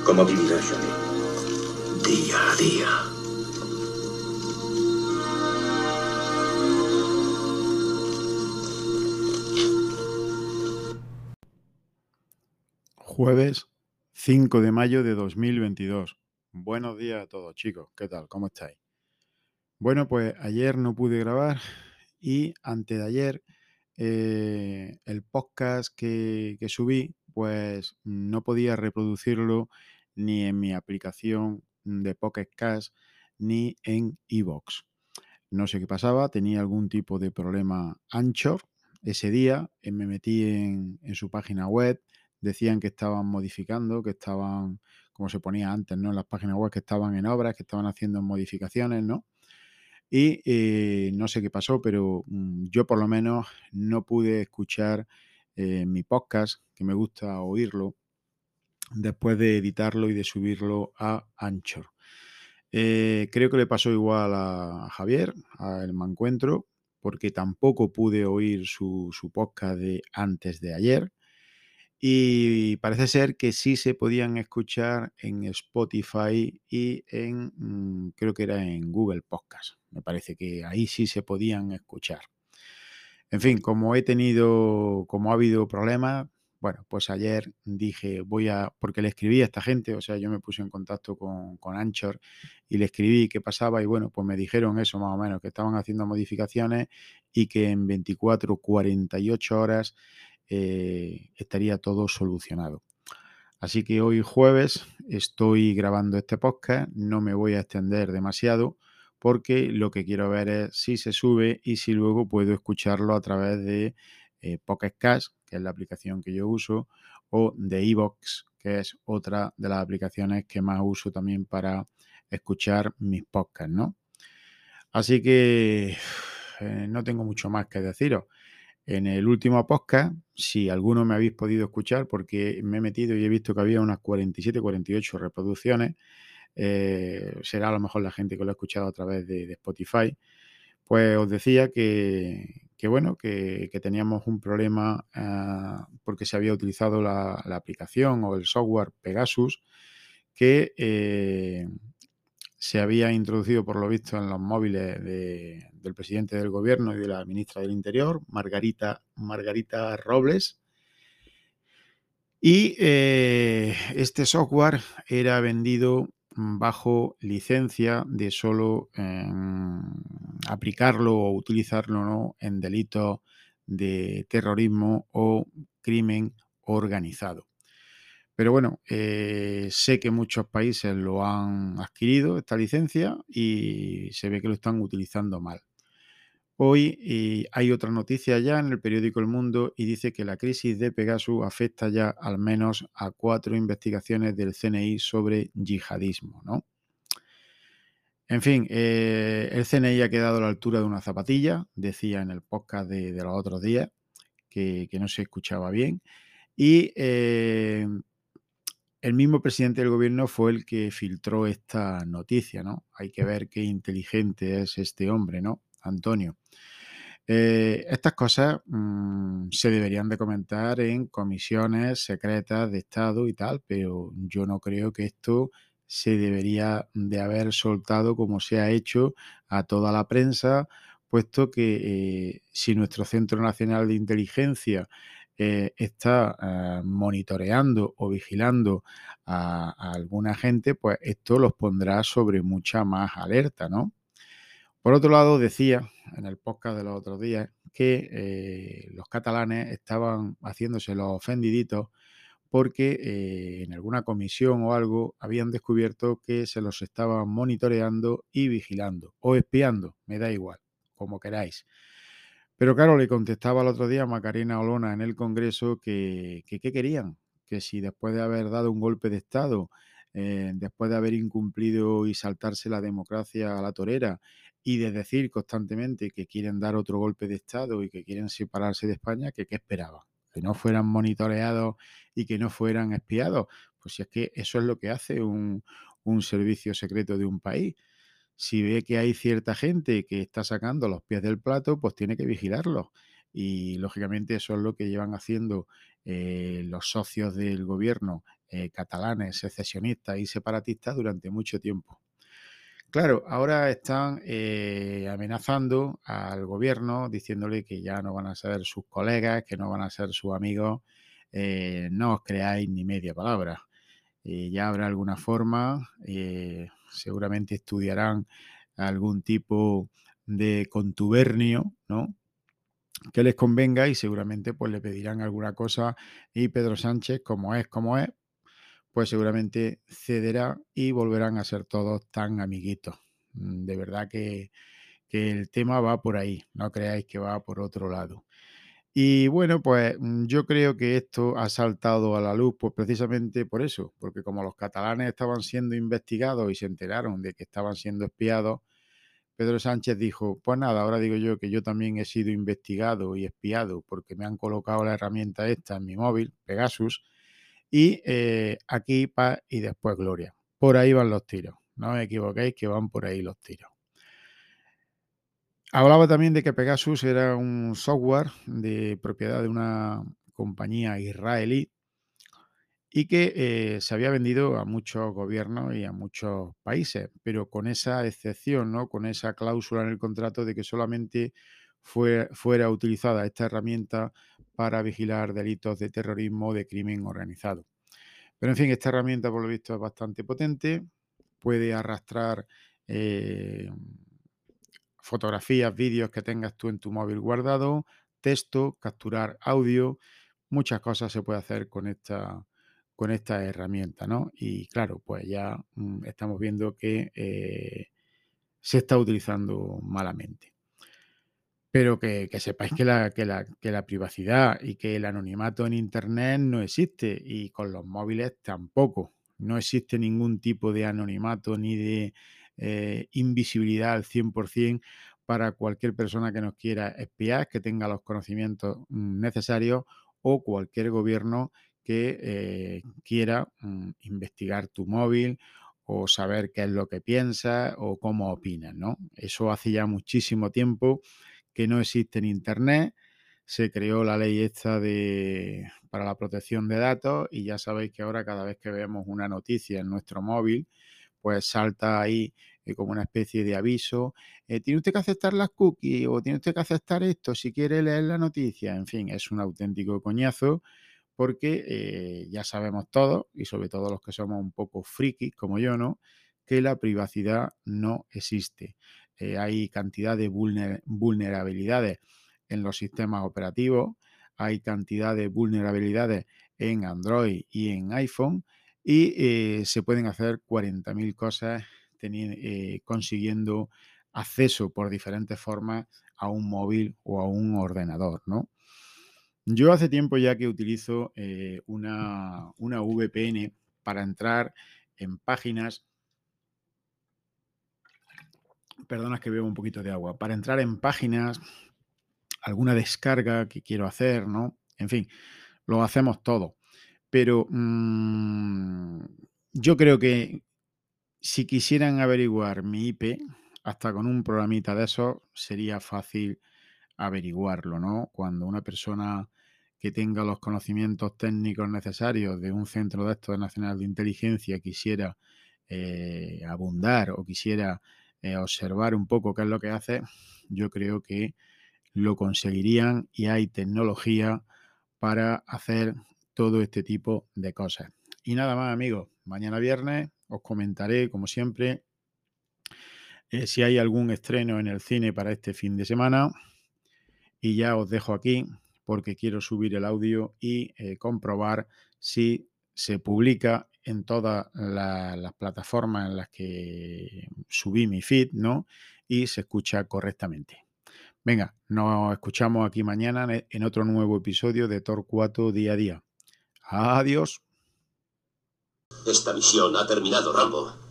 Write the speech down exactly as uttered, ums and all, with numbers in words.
¿Cómo vivirá Johnny? Día a día. Jueves cinco de mayo de dos mil veintidós. Buenos días a todos, chicos. ¿Qué tal? ¿Cómo estáis? Bueno, pues ayer no pude grabar y antes de ayer eh, el podcast que, que subí, pues no podía reproducirlo ni en mi aplicación de Pocket Cast ni en iVoox. No sé qué pasaba, tenía algún tipo de problema Anchor. Ese día eh, me metí en, en su página web, decían que estaban modificando, que estaban, como se ponía antes, ¿no? En las páginas web, que estaban en obras, que estaban haciendo modificaciones, ¿no? Y eh, no sé qué pasó, pero mm, yo por lo menos no pude escuchar eh, mi podcast, que me gusta oírlo, después de editarlo y de subirlo a Anchor. Eh, creo que le pasó igual a Javier, a El Mancuentro, porque tampoco pude oír su, su podcast de antes de ayer. Y parece ser que sí se podían escuchar en Spotify y en, mm, creo que era en Google Podcast. Me parece que ahí sí se podían escuchar. En fin, como he tenido, como ha habido problemas, bueno, pues ayer dije, voy a, porque le escribí a esta gente, o sea, yo me puse en contacto con, con Anchor y le escribí qué pasaba y bueno, pues me dijeron eso más o menos, que estaban haciendo modificaciones y que en veinticuatro, cuarenta y ocho horas eh, estaría todo solucionado. Así que hoy jueves estoy grabando este podcast, no me voy a extender demasiado porque lo que quiero ver es si se sube y si luego puedo escucharlo a través de eh, Pocket Cast, que es la aplicación que yo uso, o de iVoox, que es otra de las aplicaciones que más uso también para escuchar mis podcasts, ¿no? Así que eh, no tengo mucho más que deciros. En el último podcast, si alguno me habéis podido escuchar, porque me he metido y he visto que había unas cuarenta y siete, cuarenta y ocho reproducciones, eh, será a lo mejor la gente que lo ha escuchado a través de, de Spotify, pues os decía que, que bueno, que, que, teníamos un problema uh, porque se había utilizado la, la aplicación o el software Pegasus, que eh, se había introducido, por lo visto, en los móviles de, del presidente del gobierno y de la ministra del Interior, Margarita, Margarita Robles. Y eh, este software era vendido bajo licencia de solo eh, aplicarlo o utilizarlo, ¿no?, en delitos de terrorismo o crimen organizado. Pero bueno, eh, sé que muchos países lo han adquirido, esta licencia, y se ve que lo están utilizando mal. Hoy eh, hay otra noticia ya en el periódico El Mundo y dice que la crisis de Pegasus afecta ya al menos a cuatro investigaciones del C N I sobre yihadismo, ¿no? En fin, eh, el C N I ha quedado a la altura de una zapatilla, decía en el podcast de, de los otros días, que, que no se escuchaba bien. Y eh, el mismo presidente del gobierno fue el que filtró esta noticia, ¿no? Hay que ver qué inteligente es este hombre, ¿no? Antonio. Eh, estas cosas mmm, se deberían de comentar en comisiones secretas de Estado y tal, pero yo no creo que esto se debería de haber soltado como se ha hecho a toda la prensa, puesto que eh, si nuestro Centro Nacional de Inteligencia eh, está eh, monitoreando o vigilando a, a alguna gente, pues esto los pondrá sobre mucha más alerta, ¿no? Por otro lado, decía en el podcast de los otros días que eh, los catalanes estaban haciéndose los ofendiditos porque eh, en alguna comisión o algo habían descubierto que se los estaban monitoreando y vigilando o espiando, me da igual, como queráis. Pero claro, le contestaba el otro día a Macarena Olona en el Congreso que qué que querían, que si después de haber dado un golpe de Estado, eh, después de haber incumplido y saltarse la democracia a la torera y de decir constantemente que quieren dar otro golpe de Estado y que quieren separarse de España, que qué esperaban, que no fueran monitoreados y que no fueran espiados. Pues si es que eso es lo que hace un, un servicio secreto de un país. Si ve que hay cierta gente que está sacando los pies del plato, pues tiene que vigilarlos. Y lógicamente eso es lo que llevan haciendo eh, los socios del gobierno eh, catalanes, secesionistas y separatistas durante mucho tiempo. Claro, ahora están eh, amenazando al gobierno diciéndole que ya no van a ser sus colegas, que no van a ser sus amigos, eh, no os creáis ni media palabra. Eh, ya habrá alguna forma, eh, seguramente estudiarán algún tipo de contubernio, ¿no? Que les convenga y seguramente pues le pedirán alguna cosa y Pedro Sánchez, como es, como es, pues seguramente cederá y volverán a ser todos tan amiguitos. Mm, De verdad que, que el tema va por ahí, no creáis que va por otro lado. Y bueno, pues mm, yo creo que esto ha saltado a la luz pues precisamente por eso, porque como los catalanes estaban siendo investigados y se enteraron de que estaban siendo espiados, Pedro Sánchez dijo, pues nada, ahora digo yo que yo también he sido investigado y espiado porque me han colocado la herramienta esta en mi móvil, Pegasus, y eh, aquí paz y después gloria. Por ahí van los tiros, no os equivoquéis que van por ahí los tiros. Hablaba también de que Pegasus era un software de propiedad de una compañía israelí y que eh, se había vendido a muchos gobiernos y a muchos países, pero con esa excepción, ¿no? Con esa cláusula en el contrato de que solamente fue, fuera utilizada esta herramienta para vigilar delitos de terrorismo o de crimen organizado. Pero en fin, esta herramienta por lo visto es bastante potente, puede arrastrar eh, fotografías, vídeos que tengas tú en tu móvil guardado, texto, capturar audio, muchas cosas se puede hacer con esta, con esta herramienta, ¿no? Y claro, pues ya mm, estamos viendo que eh, se está utilizando malamente. Pero que, que sepáis que la, que, la, que la privacidad y que el anonimato en Internet no existe y con los móviles tampoco. No existe ningún tipo de anonimato ni de eh, invisibilidad al cien por ciento para cualquier persona que nos quiera espiar, que tenga los conocimientos mm, necesarios o cualquier gobierno que eh, quiera mm, investigar tu móvil o saber qué es lo que piensas o cómo opinas, ¿no? Eso hace ya muchísimo tiempo que no existe en Internet. Se creó la ley esta de, para la protección de datos y ya sabéis que ahora cada vez que vemos una noticia en nuestro móvil, pues salta ahí eh, como una especie de aviso. Eh, ¿Tiene usted que aceptar las cookies o tiene usted que aceptar esto si quiere leer la noticia? En fin, es un auténtico coñazo porque eh, ya sabemos todos, y sobre todo los que somos un poco frikis como yo, ¿no? Que la privacidad no existe. Eh, hay cantidad de vulner vulnerabilidades en los sistemas operativos, hay cantidad de vulnerabilidades en Android y en iPhone y eh, se pueden hacer cuarenta mil cosas eh, consiguiendo acceso por diferentes formas a un móvil o a un ordenador, ¿no? Yo hace tiempo ya que utilizo eh, una, una V P N para entrar en páginas, perdona es que bebo un poquito de agua, para entrar en páginas, alguna descarga que quiero hacer, ¿no? En fin, lo hacemos todo. Pero mm, yo creo que si quisieran averiguar mi I P, hasta con un programita de esos, sería fácil averiguarlo, ¿no? Cuando una persona que tenga los conocimientos técnicos necesarios de un centro de estos nacional de inteligencia quisiera eh, abundar o quisiera eh, observar un poco qué es lo que hace, yo creo que lo conseguirían y hay tecnología para hacer todo este tipo de cosas. Y nada más, amigos. Mañana viernes os comentaré, como siempre, eh, si hay algún estreno en el cine para este fin de semana. Y ya os dejo aquí porque quiero subir el audio y eh, comprobar si se publica en todas la- las plataformas en las que subí mi feed, ¿no? Y se escucha correctamente. Venga, nos escuchamos aquí mañana en en otro nuevo episodio de Torcuato Día a Día. Adiós. Esta misión ha terminado, Rambo.